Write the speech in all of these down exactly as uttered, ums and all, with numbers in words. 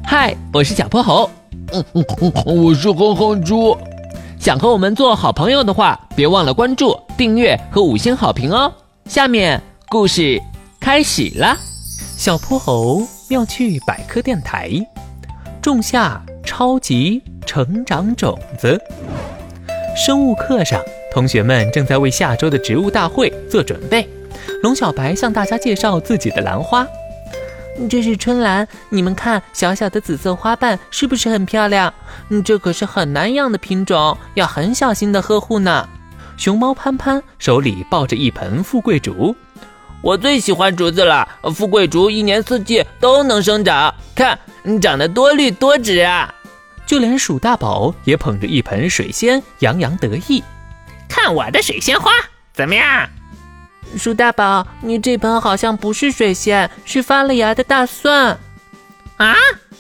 嗨，我是小泼猴。 嗯嗯嗯，我是哼哼猪。 想和我们做好朋友的话，别忘了关注、订阅和五星好评哦。下面故事开始啦。 小泼猴妙趣百科电台，种下超级成长种子。生物课上，同学们正在为下周的植物大会做准备。龙小白向大家介绍自己的兰花。 这是春兰，你们看，小小的紫色花瓣是不是很漂亮？这可是很难养的品种，要很小心的呵护呢。 熊猫潘潘手里抱着一盆富贵竹。 我最喜欢竹子了，富贵竹一年四季都能生长，看，长得多绿多直啊！ 就连鼠大宝也捧着一盆水仙，洋洋得意。 看我的水仙花，怎么样？ 鼠大宝，你这盆好像不是水仙，是发了芽的大蒜。 啊！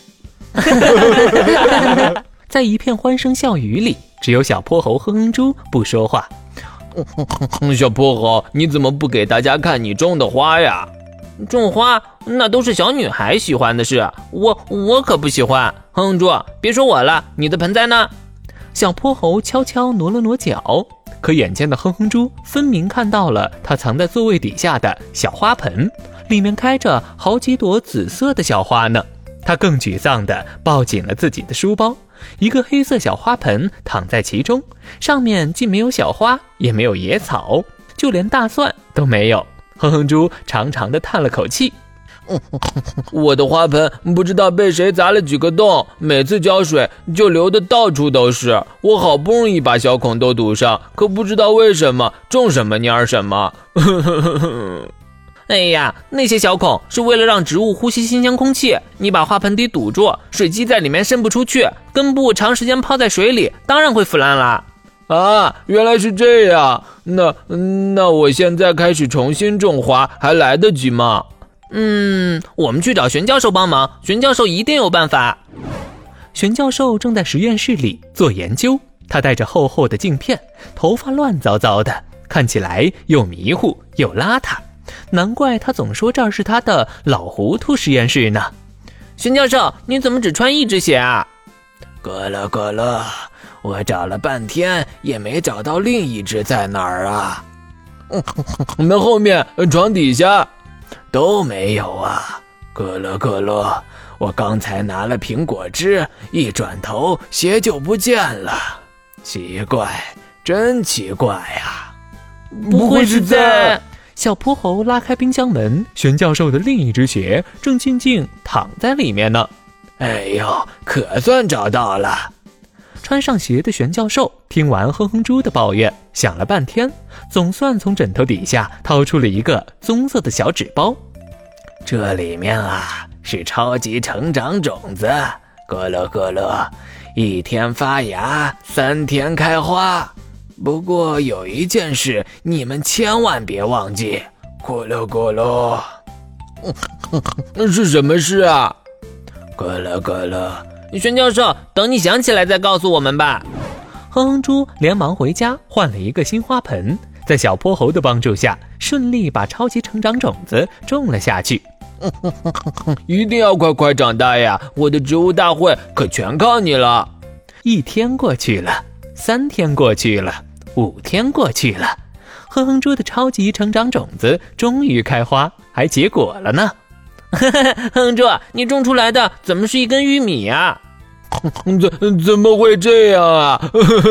在一片欢声笑语里，只有小泼猴哼哼猪不说话。 小泼猴，你怎么不给大家看你种的花呀？ 种花那都是小女孩喜欢的事，我我可不喜欢。哼哼猪，别说我了，你的盆栽呢？ 小泼猴悄悄挪了挪脚，可眼尖的哼哼猪分明看到了他藏在座位底下的小花盆，里面开着好几朵紫色的小花呢。他更沮丧地抱紧了自己的书包，一个黑色小花盆躺在其中，上面既没有小花，也没有野草，就连大蒜都没有。哼哼猪长长的叹了口气， 我的花盆不知道被谁砸了几个洞，每次浇水就流得到处都是。我好不容易把小孔都堵上，可不知道为什么种什么蔫什么。 哎呀，那些小孔是为了让植物呼吸新鲜空气，你把花盆底堵住，水积在里面渗不出去，根部长时间泡在水里，当然会腐烂啦。 啊，原来是这样。那那我现在开始重新种花还来得及吗？ 嗯，我们去找玄教授帮忙，玄教授一定有办法。 玄教授正在实验室里做研究，他戴着厚厚的镜片，头发乱糟糟的，看起来又迷糊又邋遢，难怪他总说这儿是他的老糊涂实验室呢。 玄教授，你怎么只穿一只鞋啊？ 咯了咯了，我找了半天也没找到另一只在哪儿啊。 那后面床底下都没有啊。咯了咯了，我刚才拿了苹果汁，一转头鞋就不见了。奇怪，真奇怪呀！ 不会是在…… 小泼猴拉开冰箱门，玄教授的另一只鞋正静静躺在里面呢。 哎呦，可算找到了！ 穿上鞋的玄教授听完哼哼猪的抱怨，想了半天，总算从枕头底下掏出了一个棕色的小纸包。 这里面啊是超级成长种子，咯咯咯咯，一天发芽，三天开花。不过有一件事你们千万别忘记，咕噜咕噜。 那是什么事啊？ 咯了咯了， 玄教授，等你想起来再告诉我们吧。 哼哼猪连忙回家换了一个新花盆，在小泼猴的帮助下，顺利把超级成长种子种了下去。 一定要快快长大呀！我的植物大会可全靠你了。 一天过去了，三天过去了，五天过去了，哼哼猪的超级成长种子终于开花，还结果了呢。 哼哼猪，你种出来的怎么是一根玉米啊？ 怎怎么会这样啊？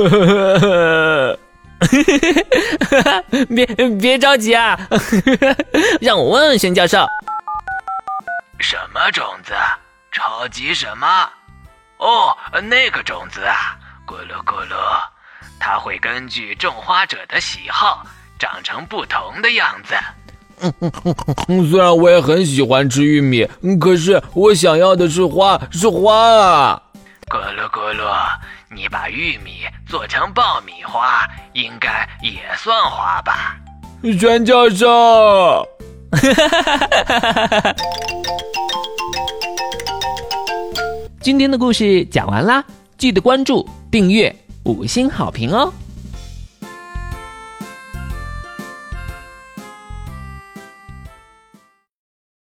别别着急啊，让我问问玄教授。 什么种子？超级什么？哦，那个种子啊，咕噜咕噜，它会根据种花者的喜好长成不同的样子。 虽然我也很喜欢吃玉米，可是我想要的是花，是花啊！ 咕噜咕噜，你把玉米做成爆米花，应该也算花吧？ 玄教授， 今天的故事讲完啦，记得关注、订阅、五星好评哦！